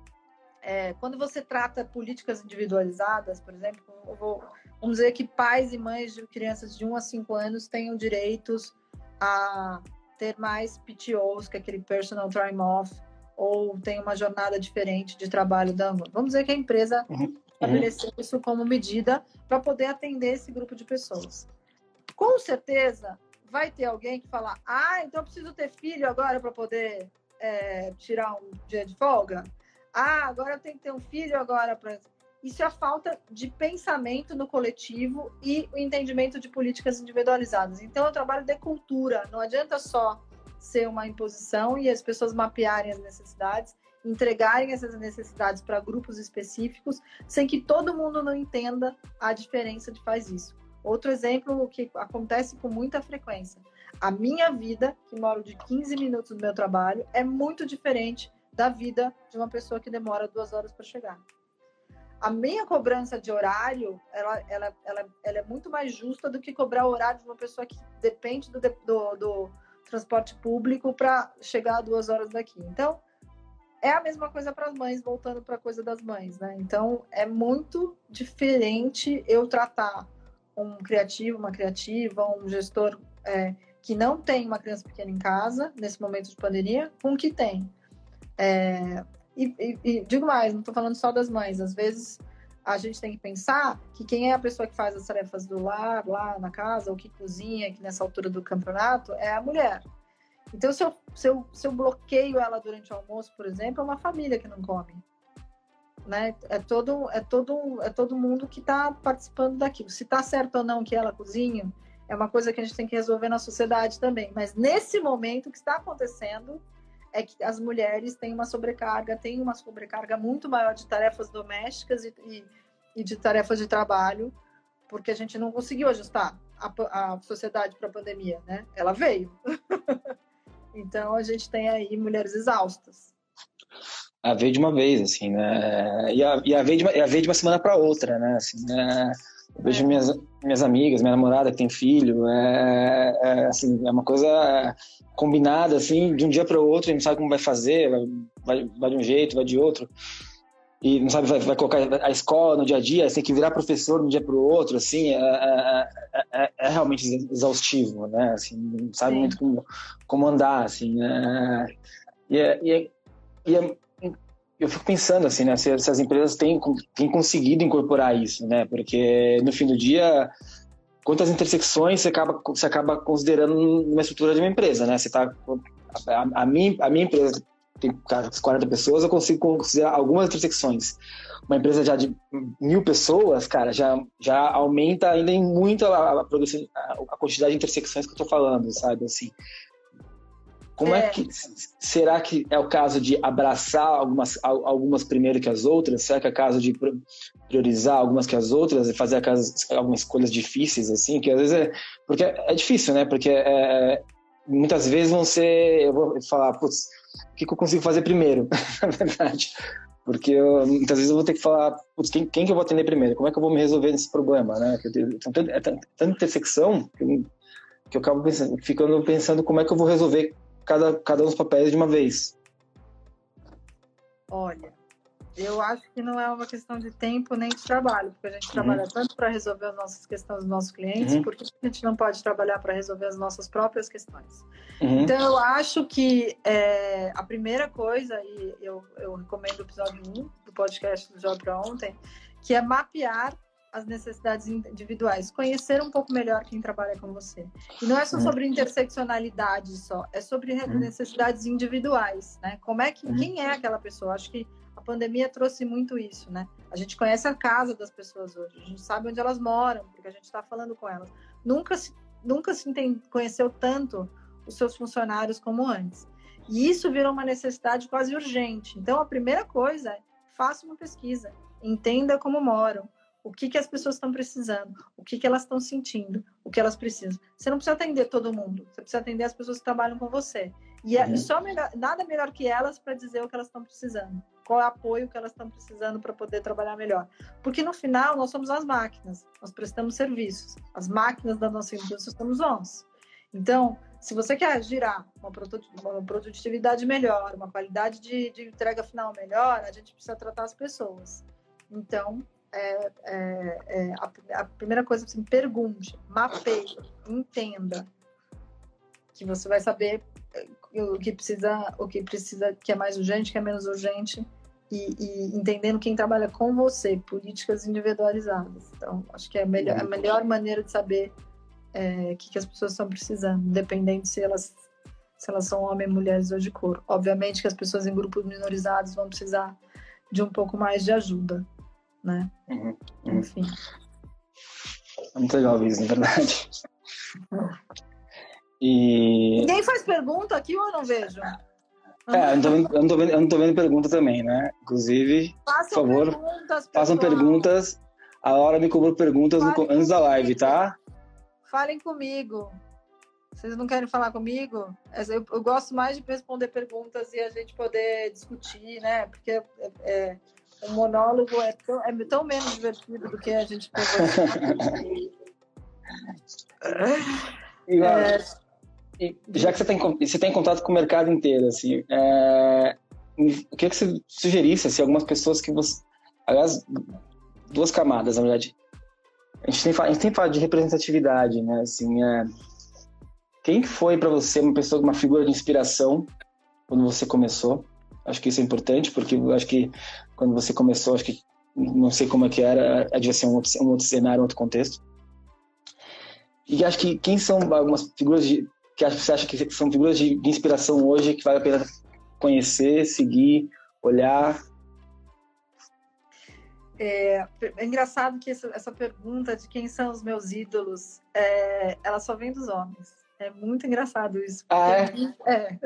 É, quando você trata políticas individualizadas, por exemplo, eu vou, vamos dizer que pais e mães de crianças de um a cinco anos tenham direitos a ter mais P T Os, que é aquele Personal Time Off, ou tem uma jornada diferente de trabalho da mãe. Vamos dizer que a empresa uhum. estabeleceu isso como medida para poder atender esse grupo de pessoas. Com certeza, vai ter alguém que falar, ah, então eu preciso ter filho agora para poder é, tirar um dia de folga? Ah, agora eu tenho que ter um filho agora para... Isso é a falta de pensamento no coletivo e o entendimento de políticas individualizadas. Então, é um trabalho de cultura. Não adianta só ser uma imposição e as pessoas mapearem as necessidades, entregarem essas necessidades para grupos específicos, sem que todo mundo não entenda a diferença de faz isso. Outro exemplo que acontece com muita frequência. A minha vida, que moro de quinze minutos do meu trabalho, é muito diferente da vida de uma pessoa que demora duas horas para chegar. A minha cobrança de horário, ela, ela, ela, ela é muito mais justa do que cobrar o horário de uma pessoa que depende do, do, do transporte público para chegar a duas horas daqui. Então, é a mesma coisa para as mães, voltando para a coisa das mães, né? Então, é muito diferente eu tratar um criativo, uma criativa, um gestor é, que não tem uma criança pequena em casa, nesse momento de pandemia, com o que tem. É, e, e, e digo mais, não estou falando só das mães, às vezes a gente tem que pensar que quem é a pessoa que faz as tarefas do lar, lá na casa, ou que cozinha, que nessa altura do campeonato, é a mulher. Então, se eu, se eu, se eu bloqueio ela durante o almoço, por exemplo, é uma família que não come. Né? É, todo, é, todo, é todo mundo que está participando daquilo. Se está certo ou não que ela cozinha, é uma coisa que a gente tem que resolver na sociedade também. Mas nesse momento, o que está acontecendo é que as mulheres têm uma sobrecarga, têm uma sobrecarga muito maior de tarefas domésticas e, e, e de tarefas de trabalho, porque a gente não conseguiu ajustar a, a sociedade para a pandemia, né? Ela veio. Então, a gente tem aí mulheres exaustas. A veio de uma vez, assim, né? E a, e a veio de uma, a veio de uma semana para outra, né? Assim, né? Eu vejo é. minhas, minhas amigas, minha namorada que tem filho, é, é, assim, é uma coisa combinada, assim, de um dia para o outro, a gente não sabe como vai fazer, vai, vai de um jeito, vai de outro, e não sabe, vai, vai colocar a escola no dia a dia, você tem que virar professor de um dia para o outro, assim, é, é, é, é realmente exaustivo, né? Assim, não sabe Sim. muito como, como andar, assim, né? E é, e é, e é eu fico pensando assim, né, se, se as empresas têm, têm conseguido incorporar isso, né, porque no fim do dia, quantas intersecções você acaba, você acaba considerando numa estrutura de uma empresa, né, você tá, a, a, minha, a minha empresa tem quarenta pessoas, eu consigo considerar algumas intersecções. Uma empresa já de mil pessoas, cara, já, já aumenta ainda em muito a, a, produção, a, a quantidade de intersecções que eu tô falando, sabe, assim. Como é. é que será que é o caso de abraçar algumas, algumas primeiro que as outras? Será que é o caso de priorizar algumas que as outras e fazer algumas escolhas difíceis assim? Que às vezes é porque é difícil, né? Porque é, muitas vezes vão ser, eu vou falar, putz, o que, que eu consigo fazer primeiro? Na verdade, porque eu, muitas vezes eu vou ter que falar, putz, quem, quem que eu vou atender primeiro? Como é que eu vou me resolver nesse problema, né? Que eu tenho, é tanta intersecção que eu, que eu acabo pensando, ficando pensando como é que eu vou resolver Cada, cada um dos papéis de uma vez. Olha, Eu acho que não é uma questão de tempo nem de trabalho, porque a gente uhum. trabalha tanto para resolver as nossas questões dos nossos clientes, uhum. porque a gente não pode trabalhar para resolver as nossas próprias questões. Uhum. Então, eu acho que é, a primeira coisa, e eu, eu recomendo o episódio um do podcast do Job para Ontem, que é mapear as necessidades individuais, conhecer um pouco melhor quem trabalha com você. E não é só sobre interseccionalidade só, é sobre necessidades individuais, né? Como é que, quem é aquela pessoa? Acho que a pandemia trouxe muito isso, né? A gente conhece a casa das pessoas hoje, a gente sabe onde elas moram, porque a gente está falando com elas. Nunca se, nunca se entende, conheceu tanto os seus funcionários como antes. E isso virou uma necessidade quase urgente. Então, a primeira coisa é, faça uma pesquisa, entenda como moram, o que, que as pessoas estão precisando, o que, que elas estão sentindo, o que elas precisam. Você não precisa atender todo mundo, você precisa atender as pessoas que trabalham com você. E é uhum. só melhor, nada melhor que elas para dizer o que elas estão precisando, qual é o apoio que elas estão precisando para poder trabalhar melhor. Porque no final, nós somos as máquinas, nós prestamos serviços. As máquinas da nossa indústria somos nós. Então, se você quer girar uma produtividade melhor, uma qualidade de, de entrega final melhor, a gente precisa tratar as pessoas. Então, É, é, é, a, a primeira coisa, assim, pergunte, mapeie, entenda, que você vai saber o que precisa, o que precisa, que é mais urgente, que é menos urgente, e, e entendendo quem trabalha com você, políticas individualizadas. Então, acho que é a melhor, a melhor maneira de saber é, o que, que as pessoas estão precisando, independente se elas, se elas são homens, mulheres ou de cor. Obviamente que as pessoas em grupos minorizados vão precisar de um pouco mais de ajuda, né? Uhum, uhum. Enfim. Muito legal isso, na verdade. E... Ninguém faz pergunta aqui ou eu não vejo? É, eu não tô vendo, eu não tô vendo, eu não tô vendo pergunta também, né? Inclusive, façam por favor, perguntas, façam perguntas. A Laura me cobrou perguntas no, antes da live, tá? Falem comigo. Vocês não querem falar comigo? Eu, eu gosto mais de responder perguntas e a gente poder discutir, né? Porque é, é, o monólogo é tão, é tão menos divertido do que a gente conversar. E, é, e, já que você tem, você tem contato com o mercado inteiro, assim, é, o que, que você sugerisse, assim, algumas pessoas que você... Aliás, duas camadas, na verdade. A gente tem, a gente tem falado de representatividade, né? Assim, é, quem foi para você uma pessoa, uma figura de inspiração quando você começou? Acho que isso é importante, porque eu acho que quando você começou, acho que não sei como é que era, devia ser um outro, um outro cenário, um outro contexto. E acho que quem são algumas figuras de, que você acha que são figuras de, de inspiração hoje que vale a pena conhecer, seguir, olhar? É, é engraçado que essa, essa pergunta de quem são os meus ídolos, é, ela só vem dos homens. É muito engraçado isso. Ah, é? É.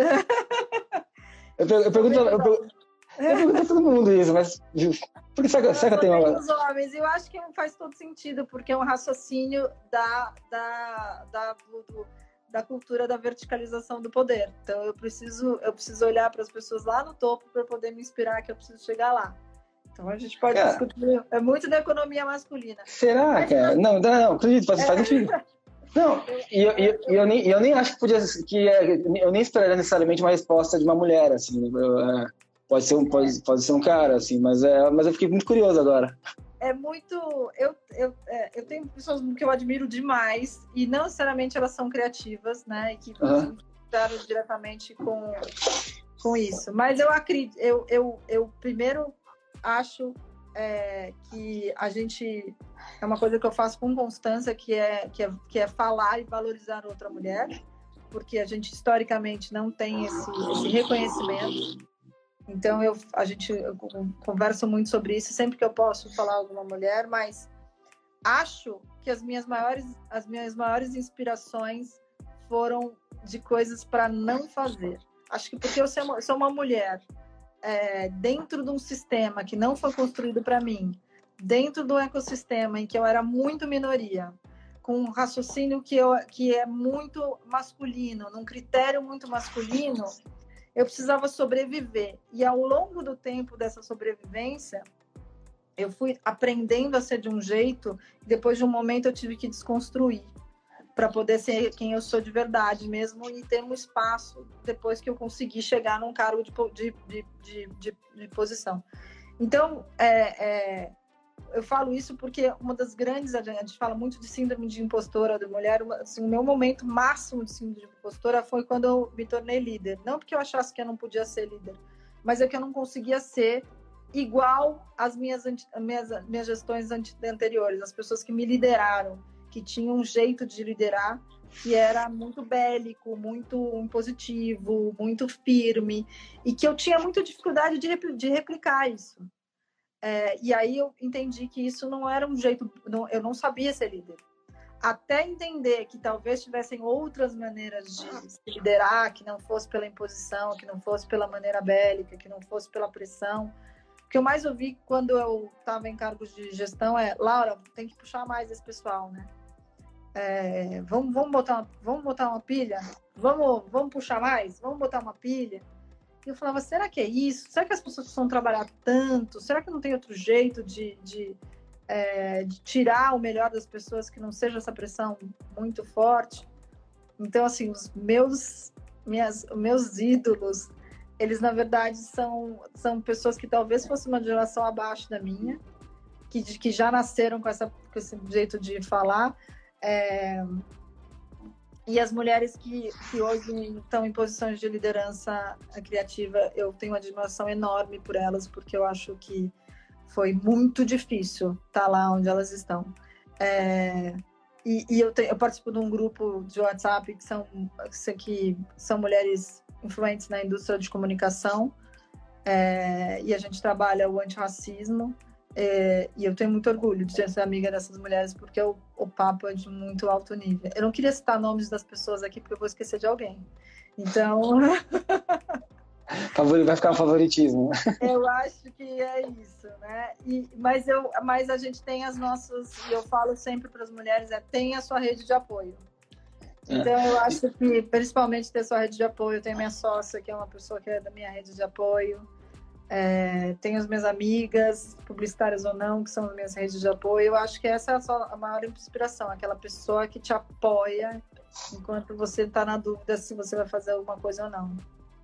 Eu, eu pergunto, eu, eu, eu pergunto pra todo mundo isso, mas por que será, será que tem uma... Os homens, eu acho que faz todo sentido, porque é um raciocínio da, da, da, do, da cultura da verticalização do poder. Então eu preciso, eu preciso olhar para as pessoas lá no topo para poder me inspirar que eu preciso chegar lá. Então a gente pode cara, discutir. É muito da economia masculina. Será, mas, cara? Não, não, não, acredito, faz, faz sentido. Não, e eu, eu, eu, nem, eu nem acho que podia, que eu nem esperaria necessariamente uma resposta de uma mulher, assim, eu, pode ser um, pode, pode ser um cara, assim, mas, é, mas eu fiquei muito curioso agora. É muito, eu, eu, eu tenho pessoas que eu admiro demais, e não necessariamente elas são criativas, né, e que uhum. lidaram diretamente com, com isso, mas eu acredito, eu, eu, eu primeiro acho é, que a gente... É uma coisa que eu faço com constância, que é, que, é, que é falar e valorizar outra mulher, porque a gente historicamente não tem esse, esse reconhecimento. Então, eu, a gente eu conversa muito sobre isso, sempre que eu posso falar alguma mulher, mas acho que as minhas maiores, as minhas maiores inspirações foram de coisas para não fazer. Acho que porque eu sou uma, sou uma mulher é, dentro de um sistema que não foi construído para mim, dentro do ecossistema em que eu era muito minoria, com um raciocínio que, eu, que é muito masculino, num critério muito masculino, eu precisava sobreviver. E ao longo do tempo dessa sobrevivência, eu fui aprendendo a ser de um jeito, e depois de um momento eu tive que desconstruir, para poder ser quem eu sou de verdade mesmo, e ter um espaço depois que eu consegui chegar num cargo de, de, de, de, de posição. Então, é, é, eu falo isso porque uma das grandes, a gente fala muito de síndrome de impostora da mulher, assim, o meu momento máximo de síndrome de impostora foi quando eu me tornei líder. Não porque eu achasse que eu não podia ser líder, mas é que eu não conseguia ser igual às minhas, minhas, minhas gestões anteriores, as pessoas que me lideraram, que tinham um jeito de liderar que era muito bélico, muito impositivo, muito firme, e que eu tinha muita dificuldade de, repl- de replicar isso. É, e aí eu entendi que isso não era um jeito, não, eu não sabia ser líder. Até entender que talvez tivessem outras maneiras de se liderar, que não fosse pela imposição, que não fosse pela maneira bélica, que não fosse pela pressão. O que eu mais ouvi quando eu estava em cargos de gestão é: Laura, tem que puxar mais esse pessoal, né? É, vamos, vamos, botar uma, vamos botar uma pilha? Vamos, vamos puxar mais? Vamos botar uma pilha? E eu falava, será que é isso? Será que as pessoas precisam trabalhar tanto? Será que não tem outro jeito de, de, é, de tirar o melhor das pessoas que não seja essa pressão muito forte? Então, assim, os meus, minhas, meus ídolos, eles, na verdade, são, são pessoas que talvez fossem uma geração abaixo da minha, que, que já nasceram com, essa, com esse jeito de falar. É, e as mulheres que, que hoje estão em posições de liderança criativa, eu tenho uma admiração enorme por elas, porque eu acho que foi muito difícil estar lá onde elas estão. É, e e eu, te, eu participo de um grupo de WhatsApp que são, que são mulheres influentes na indústria de comunicação, é, e a gente trabalha o antirracismo. É, e eu tenho muito orgulho de ser amiga dessas mulheres, porque o, o papo é de muito alto nível. Eu não queria citar nomes das pessoas aqui, porque eu vou esquecer de alguém. Então... Vai ficar um favoritismo. Eu acho que é isso, né? E, mas, eu, mas a gente tem as nossas... E eu falo sempre para as mulheres, é, tem a sua rede de apoio. Então, eu acho que, principalmente, ter sua rede de apoio. Eu tenho minha sócia, que é uma pessoa que é da minha rede de apoio. É, tenho as minhas amigas, publicitárias ou não, que são as minhas redes de apoio. Eu acho que essa é a, sua, a maior inspiração, aquela pessoa que te apoia enquanto você está na dúvida se você vai fazer alguma coisa ou não.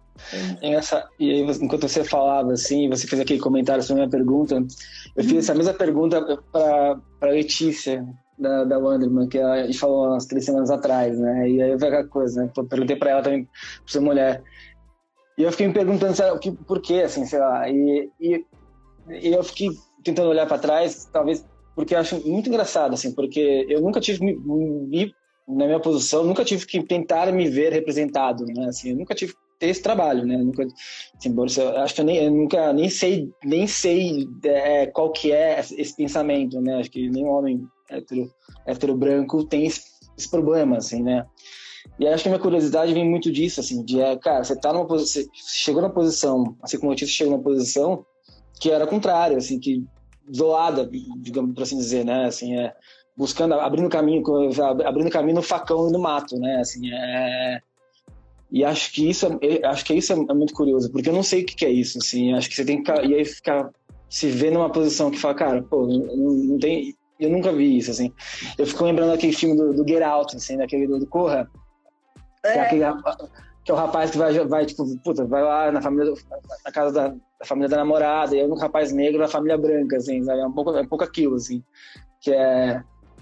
É essa, e aí, enquanto você falava assim, você fez aquele comentário sobre a minha pergunta, eu fiz essa mesma pergunta para a Letícia, da, da Wanderman, que a gente falou umas três semanas atrás, né? E aí eu vi aquela coisa, né? Eu perguntei para ela também, por ser mulher. E eu fiquei me perguntando sabe, por quê, assim, sei lá. E, e, e eu fiquei tentando olhar para trás, talvez porque eu acho muito engraçado, assim, porque eu nunca tive, me, me, na minha posição, nunca tive que tentar me ver representado, né? Assim, eu nunca tive que ter esse trabalho, né? Eu nunca, assim, eu acho que eu, nem, eu nunca nem sei, nem sei é, qual que é esse pensamento, né? Acho que nenhum homem hétero, hétero branco tem esse, esse problema, assim, né? E acho que a minha curiosidade vem muito disso, assim, de, é, cara, você tá numa posição, você chegou numa posição, assim como o Letícia chegou numa posição que era contrária, assim, que isolada, digamos, por assim dizer, né, assim, é, buscando, abrindo caminho, abrindo caminho no facão e no mato, né, assim, é, e acho que isso, é, acho que isso é muito curioso, porque eu não sei o que é isso, assim, acho que você tem que, e aí ficar, se ver numa posição que fala, cara, pô, não, não tem, eu nunca vi isso, assim, eu fico lembrando daquele filme do, do Get Out, assim, daquele do, do Corra. Que é, aquele, que é o rapaz que vai, vai tipo, puta, vai lá na família, na casa da, da família da namorada, e é um rapaz negro da família branca, assim, sabe? É um pouco, é um pouco aquilo, assim, que é...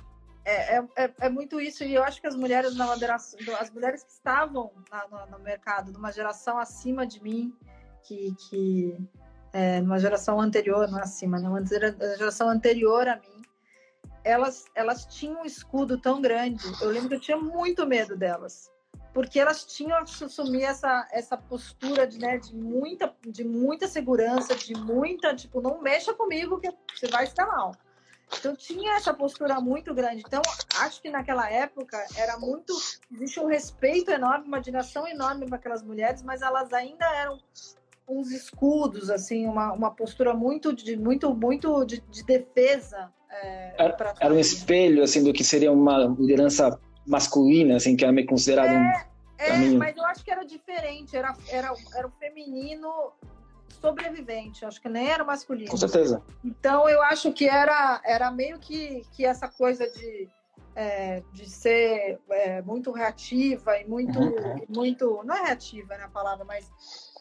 É, é, é muito isso, e eu acho que as mulheres na moderação, as mulheres que estavam na, no, no mercado, numa geração acima de mim, que, que é, numa geração anterior, não é acima, numa geração anterior a mim, elas, elas tinham um escudo tão grande, eu lembro que eu tinha muito medo delas. Porque elas tinham que assumir essa, essa postura de, né, de, muita, de muita segurança, de muita, tipo, não mexa comigo que você vai estar mal. Então, tinha essa postura muito grande. Então, acho que naquela época era muito... Existe um respeito enorme, uma admiração enorme para aquelas mulheres, mas elas ainda eram uns escudos, assim, uma, uma postura muito de, muito, muito de, de defesa. É, era, era um espelho, assim, do que seria uma liderança masculina, assim, que é meio considerado é, um é, caminho... mas eu acho que era diferente, era, era, era o feminino sobrevivente, acho que nem era masculino. Com certeza. Então, eu acho que era, era meio que, que essa coisa de, é, de ser é, muito reativa e muito, uhum. muito... Não é reativa, né, a palavra, mas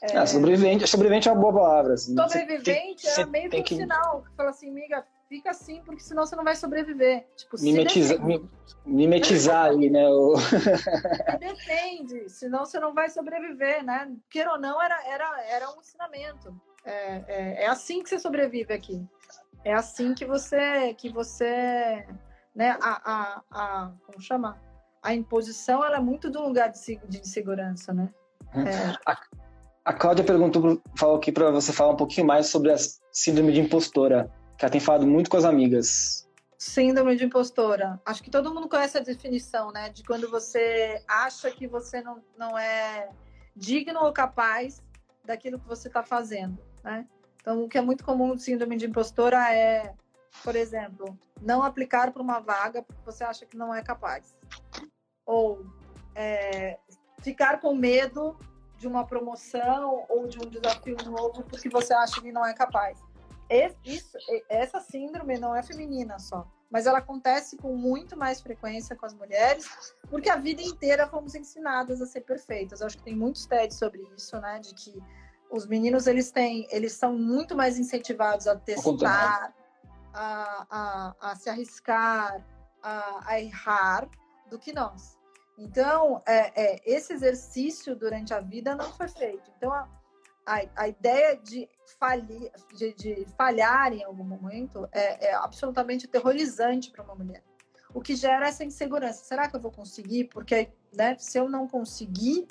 É, ah, sobrevivente, sobrevivente é uma boa palavra. Assim. Sobrevivente tem, é meio que um que... sinal. Que fala assim, amiga, fica assim, porque senão você não vai sobreviver. Tipo, Mimetiza, se mimetizar aí, né? O... Se defende, senão você não vai sobreviver, né? Queira ou não, era, era, era um ensinamento. É, é, é assim que você sobrevive aqui. É assim que você... Que você né, a, a, a, como chama? A imposição, ela é muito de um lugar de, de insegurança, né? É... A, a Cláudia perguntou, falou aqui para você falar um pouquinho mais sobre a síndrome de impostora, que ela tem falado muito com as amigas. Síndrome de impostora. Acho que todo mundo conhece a definição, né? De quando você acha que você não, não é digno ou capaz daquilo que você está fazendo, né? Então, o que é muito comum no síndrome de impostora é, por exemplo, não aplicar para uma vaga porque você acha que não é capaz. Ou é, ficar com medo de uma promoção ou de um desafio novo porque você acha que não é capaz. Esse, isso, essa síndrome não é feminina só, mas ela acontece com muito mais frequência com as mulheres, porque a vida inteira fomos ensinadas a ser perfeitas. Eu acho que tem muitos TEDs sobre isso, né? De que os meninos eles têm, eles são muito mais incentivados a testar, a, a, a se arriscar, a, a errar do que nós. Então, é, é, esse exercício durante a vida não foi feito. Então, a, a, a ideia de, falir, de, de falhar em algum momento é, é absolutamente aterrorizante para uma mulher. O que gera essa insegurança. Será que eu vou conseguir? Porque, né, se eu não conseguir,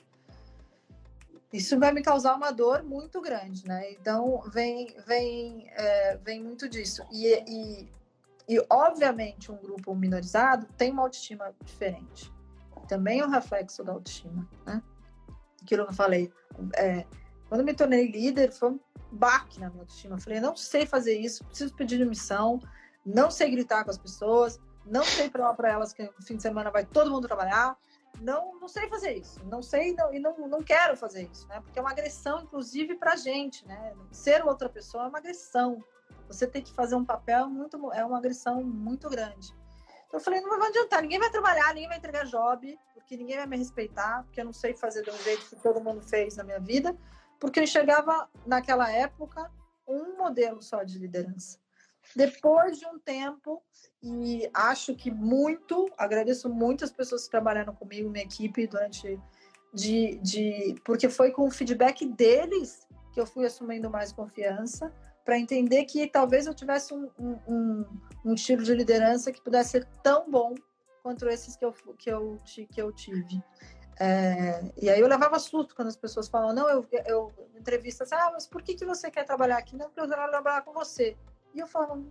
isso vai me causar uma dor muito grande, né? Então, vem, vem, é, vem muito disso. E, e, e, obviamente, um grupo minorizado tem uma autoestima diferente. Também é um reflexo da autoestima, né? Aquilo que eu falei. É, quando eu me tornei líder, foi um baque na minha autoestima. Eu falei, não sei fazer isso, preciso pedir demissão, não sei gritar com as pessoas, não sei falar para elas que no fim de semana vai todo mundo trabalhar, não, não sei fazer isso, não sei não, e não, não quero fazer isso, né? Porque é uma agressão, inclusive, para a gente, né? Ser outra pessoa é uma agressão. Você tem que fazer um papel muito, é uma agressão muito grande. Então eu falei, não vai adiantar, ninguém vai trabalhar, ninguém vai entregar job, porque ninguém vai me respeitar, porque eu não sei fazer de um jeito que todo mundo fez na minha vida, porque eu enxergava, naquela época, um modelo só de liderança. Depois de um tempo, e acho que muito, agradeço muito as pessoas que trabalharam comigo, minha equipe, durante, de, de, porque foi com o feedback deles que eu fui assumindo mais confiança, para entender que talvez eu tivesse um, um, um estilo de liderança que pudesse ser tão bom quanto esses que eu, que eu, que eu tive. É, e aí eu levava susto quando as pessoas falam, não, eu, eu entrevista assim, ah, mas por que, que você quer trabalhar aqui? Não, porque eu quero trabalhar com você. E eu falo,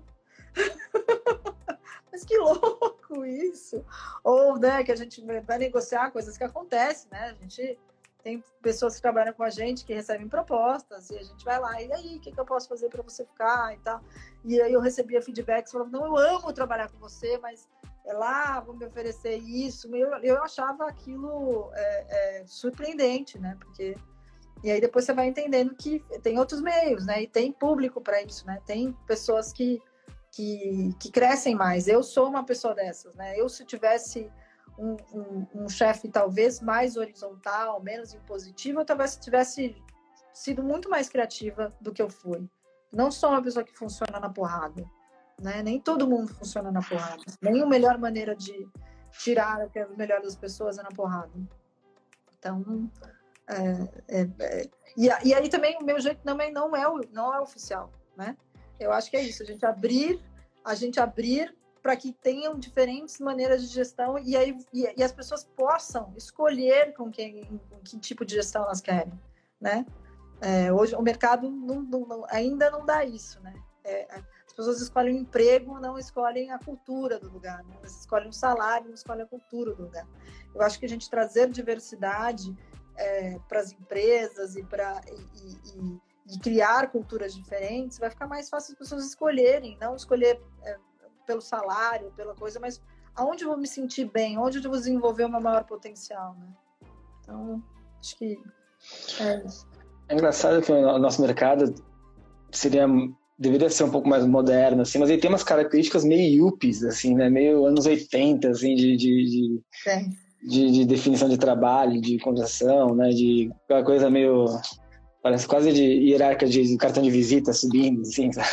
mas que louco isso! Ou, né, que a gente vai negociar coisas que acontecem, né? A gente tem pessoas que trabalham com a gente que recebem propostas e a gente vai lá, e aí, o que, que eu posso fazer para você ficar e tal? E aí eu recebia feedbacks falando, não, eu amo trabalhar com você, mas é lá, vão me oferecer isso. Eu, eu achava aquilo é, é, surpreendente, né? Porque... E aí depois você vai entendendo que tem outros meios, né? E tem público para isso, né? Tem pessoas que, que, que crescem mais. Eu sou uma pessoa dessas, né? Eu, se tivesse um, um, um chefe talvez mais horizontal, menos impositivo, eu talvez tivesse sido muito mais criativa do que eu fui. Não sou uma pessoa que funciona na porrada, né? Nem todo mundo funciona na porrada. Nem a melhor maneira de tirar o que é o melhor das pessoas é na porrada. Então... É, é, é. E, e aí também o meu jeito também não é, não é oficial, né? Eu acho que é isso, a gente abrir, a gente abrir para que tenham diferentes maneiras de gestão e, aí, e, e as pessoas possam escolher com quem, com que tipo de gestão elas querem, né? É, hoje o mercado não, não, ainda não dá isso, né? É, as pessoas escolhem o emprego, não escolhem a cultura do lugar, né? Elas escolhem o salário, não escolhem a cultura do lugar. Eu acho que a gente trazer diversidade É, para as empresas e, pra, e, e, e criar culturas diferentes, vai ficar mais fácil as pessoas escolherem, não escolher é, pelo salário, pela coisa, mas aonde eu vou me sentir bem, onde eu vou desenvolver o meu maior potencial, né? Então, acho que é isso. É engraçado que o nosso mercado seria, deveria ser um pouco mais moderno, assim, mas ele tem umas características meio yuppies, assim, né? Meio anos oitenta, assim, de... de, de... É. De, de definição de trabalho, de contratação, né? De aquela coisa meio parece quase de hierarquia de cartão de visita subindo, assim, sabe?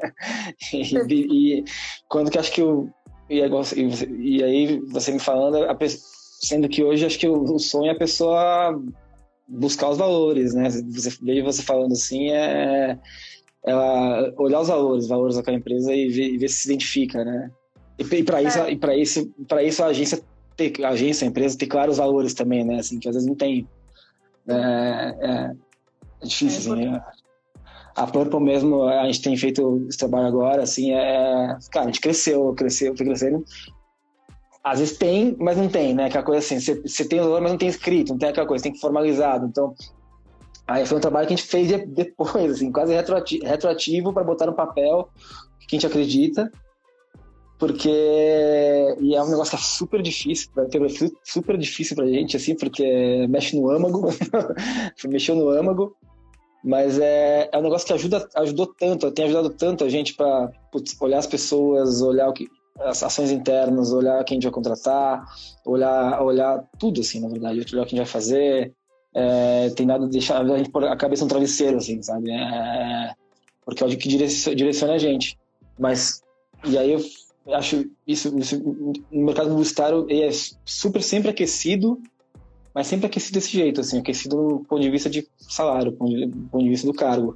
e, e quando que acho que o e, é igual, e, e aí você me falando, a pessoa, sendo que hoje acho que o, o sonho é a pessoa buscar os valores, né? Você, veio você falando assim, é ela olhar os valores, os valores daquela empresa e ver, e ver se se identifica, né? E, e para isso, é. e para isso, para isso a agência, ter, a agência, a empresa ter claros valores também, né? Assim, que às vezes não tem. É, é, é difícil, é, assim. A Purple mesmo, a gente tem feito esse trabalho agora, assim, é... Cara, a gente cresceu, cresceu, foi crescendo. Às vezes tem, mas não tem, né? Aquela coisa assim, você, você tem o valor, mas não tem escrito, não tem aquela coisa, tem que formalizado. Então, aí foi um trabalho que a gente fez depois, assim, quase retroativo, retroativo para botar no papel que a gente acredita, porque... E é um negócio que é super difícil, super difícil pra gente, assim, porque mexe no âmago, mexeu no âmago, mas é, é um negócio que ajuda, ajudou tanto, tem ajudado tanto a gente para olhar as pessoas, olhar o que, as ações internas, olhar quem a gente vai contratar, olhar, olhar tudo, assim, na verdade, olhar o que a gente vai fazer, é, tem nada de deixar a gente pôr a cabeça no travesseiro, assim, sabe, é, porque é o que direciona, direciona a gente, mas, e aí eu acho isso, isso no mercado publicitário é super sempre aquecido, mas sempre aquecido desse jeito, assim, aquecido do ponto de vista de salário, do ponto de, do ponto de vista do cargo.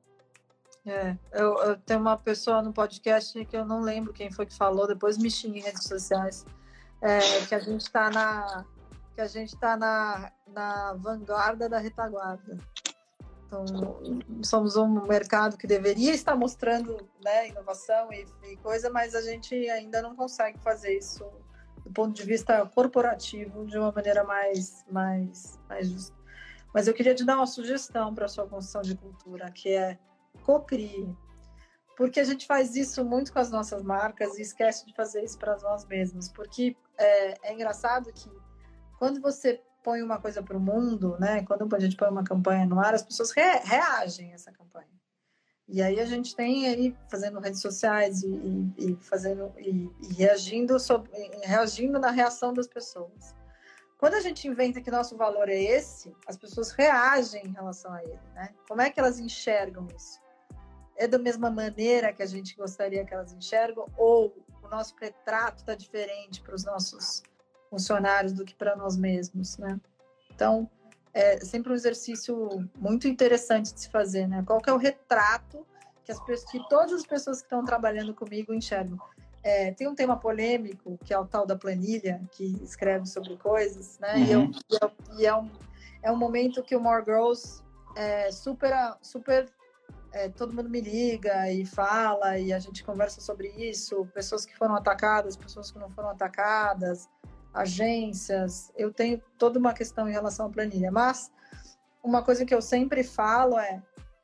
É, eu, eu tenho uma pessoa no podcast que eu não lembro quem foi que falou, depois me xingue em redes sociais, é, que a gente está na, que a gente tá na, na vanguarda da retaguarda. Então, somos um mercado que deveria estar mostrando, né, inovação e, e coisa, mas a gente ainda não consegue fazer isso do ponto de vista corporativo de uma maneira mais, mais, mais justa. Mas eu queria te dar uma sugestão para a sua construção de cultura, que é cocrie. Porque a gente faz isso muito com as nossas marcas e esquece de fazer isso para nós mesmos. Porque é, é engraçado que quando você põe uma coisa para o mundo, né? Quando a gente põe uma campanha no ar, as pessoas re- reagem a essa campanha. E aí a gente tem aí fazendo redes sociais e, e, e fazendo e, e reagindo, sobre, reagindo na reação das pessoas. Quando a gente inventa que nosso valor é esse, as pessoas reagem em relação a ele, né? Como é que elas enxergam isso? É da mesma maneira que a gente gostaria que elas enxergam, ou o nosso retrato está diferente para os nossos funcionários do que para nós mesmos, né? Então, é sempre um exercício muito interessante de se fazer, né? Qual que é o retrato que, as pessoas, que todas as pessoas que estão trabalhando comigo enxergam? É, tem um tema polêmico, que é o tal da planilha, que escreve sobre coisas, né? Uhum. E, eu, e, eu, e é, um, é um momento que o More Girls é super... super é, todo mundo me liga e fala, e a gente conversa sobre isso, pessoas que foram atacadas, pessoas que não foram atacadas, agências, eu tenho toda uma questão em relação à planilha, mas uma coisa que eu sempre falo é,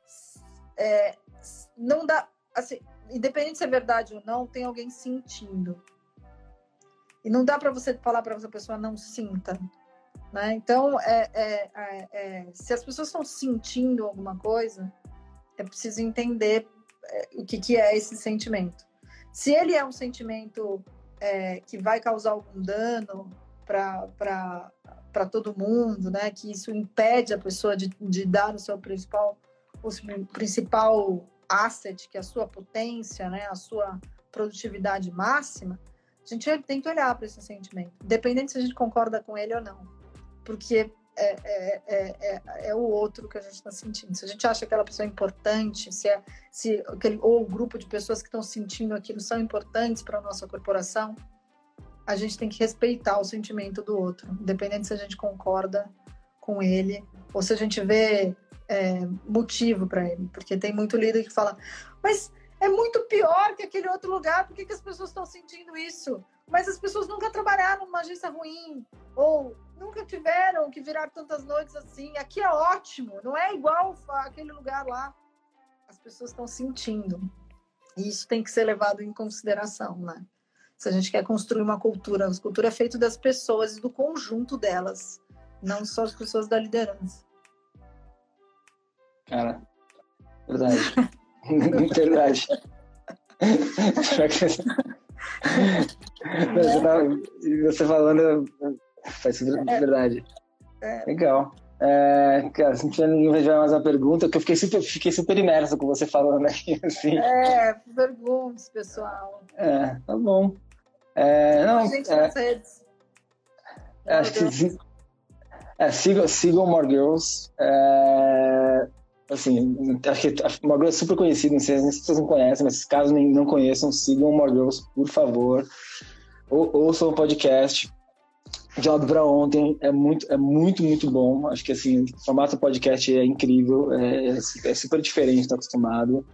é não dá, assim, independente se é verdade ou não, tem alguém sentindo, e não dá para você falar para essa pessoa não sinta, né? Então é, é, é, é, se as pessoas estão sentindo alguma coisa, é preciso entender é, o que, que é esse sentimento. Se ele é um sentimento É, que vai causar algum dano para todo mundo, né? Que isso impede a pessoa de, de dar o seu principal, o seu principal asset, que é a sua potência, né? A sua produtividade máxima, a gente tem que olhar para esse sentimento, independente se a gente concorda com ele ou não, porque é, é, é, é, é o outro que a gente está sentindo. Se a gente acha aquela pessoa importante, se, é, se aquele, ou o grupo de pessoas que estão sentindo aquilo são importantes para a nossa corporação, a gente tem que respeitar o sentimento do outro, independente se a gente concorda com ele ou se a gente vê é, motivo para ele, porque tem muito líder que fala, mas é muito pior que aquele outro lugar, por que, que as pessoas estão sentindo isso? Mas as pessoas nunca trabalharam numa agência ruim, ou nunca tiveram que virar tantas noites assim. Aqui é ótimo, não é igual aquele lugar lá. As pessoas estão sentindo. E isso tem que ser levado em consideração, né? Se a gente quer construir uma cultura, a cultura é feita das pessoas e do conjunto delas, não só as pessoas da liderança. Cara, verdade. Verdade. Você, tá, você falando faz verdade. É, Legal. É, cara, se não tiver ninguém vai mais uma pergunta, que eu fiquei super, fiquei super imerso com você falando aí, assim. É, perguntas, pessoal. É, tá bom. É, não, gente é, nas redes. é, acho que é, sigam, sigam More Girls. É, assim, acho que a More Girls é super conhecida, não sei se vocês não conhecem, mas caso nem não conheçam, sigam More Girls, por favor. Ou, ouçam o podcast. Job para ontem é muito, é muito, muito bom. Acho que assim, o formato podcast é incrível, é, é super diferente, estou acostumado.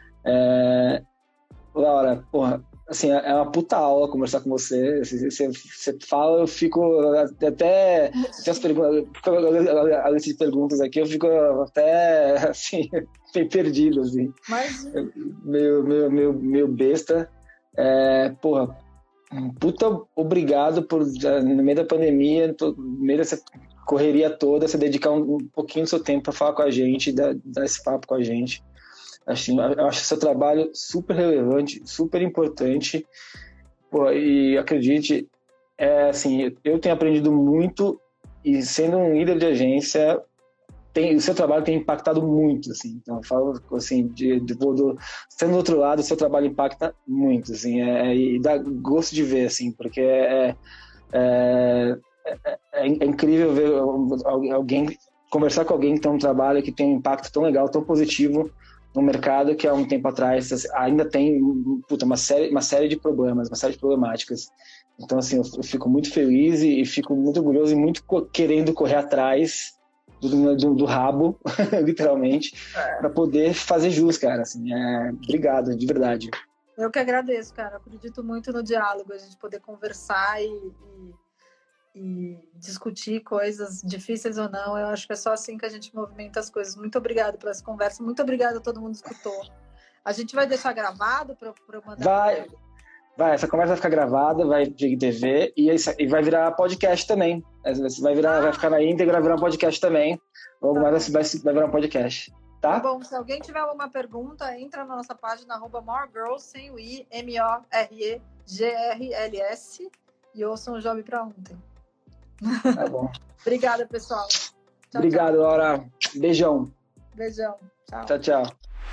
É, Laura, porra, assim, é uma puta aula conversar com você. Você, você, você fala, eu fico até. Tem as perguntas, a lista de perguntas aqui, eu fico até assim, bem perdido, assim. Mas... Meio, meio, meio, meio besta. É, porra. Puta, obrigado por, no meio da pandemia, no meio dessa correria toda, você dedicar um, um pouquinho do seu tempo para falar com a gente, dar, dar esse papo com a gente. Assim, eu acho seu trabalho super relevante, super importante. Pô, e acredite, é, assim, eu tenho aprendido muito e sendo um líder de agência, tem, o seu trabalho tem impactado muito, assim. Então, eu falo, assim, de, de, do, sendo do outro lado, o seu trabalho impacta muito, assim, é, e dá gosto de ver, assim, porque é, é, é, é incrível ver alguém, conversar com alguém que tem um trabalho que tem um impacto tão legal, tão positivo no mercado, que há um tempo atrás ainda tem puta, uma, série, uma série de problemas, uma série de problemáticas. Então, assim, eu, eu fico muito feliz e, e fico muito orgulhoso e muito co- querendo correr atrás Do, do, do rabo, literalmente, é. para poder fazer jus, cara. Assim, é, obrigado, de verdade. Eu que agradeço, cara. Eu acredito muito no diálogo, a gente poder conversar e, e, e discutir coisas difíceis ou não. Eu acho que é só assim que a gente movimenta as coisas. Muito obrigada por essa conversa. Muito obrigada a todo mundo que escutou. A gente vai deixar gravado para eu mandar. Vai, vai, essa conversa vai ficar gravada, vai de I G T V e, e vai virar podcast também. Vai, virar, ah. vai ficar na íntegra, vai virar um podcast também. Logo tá mais vai, vai virar um podcast. Tá? Tá bom, se alguém tiver alguma pergunta, entra na nossa página arroba More Girls, sem o I, M O R E G R L S e ouçam o Job pra ontem. Tá bom. Obrigada, pessoal. Tchau, Obrigado, tchau. Laura. Beijão. Beijão. Tchau. Tchau, tchau.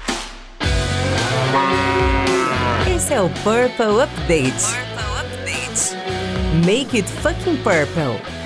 Esse é o Purple Update. Purple Update. Make it fucking purple.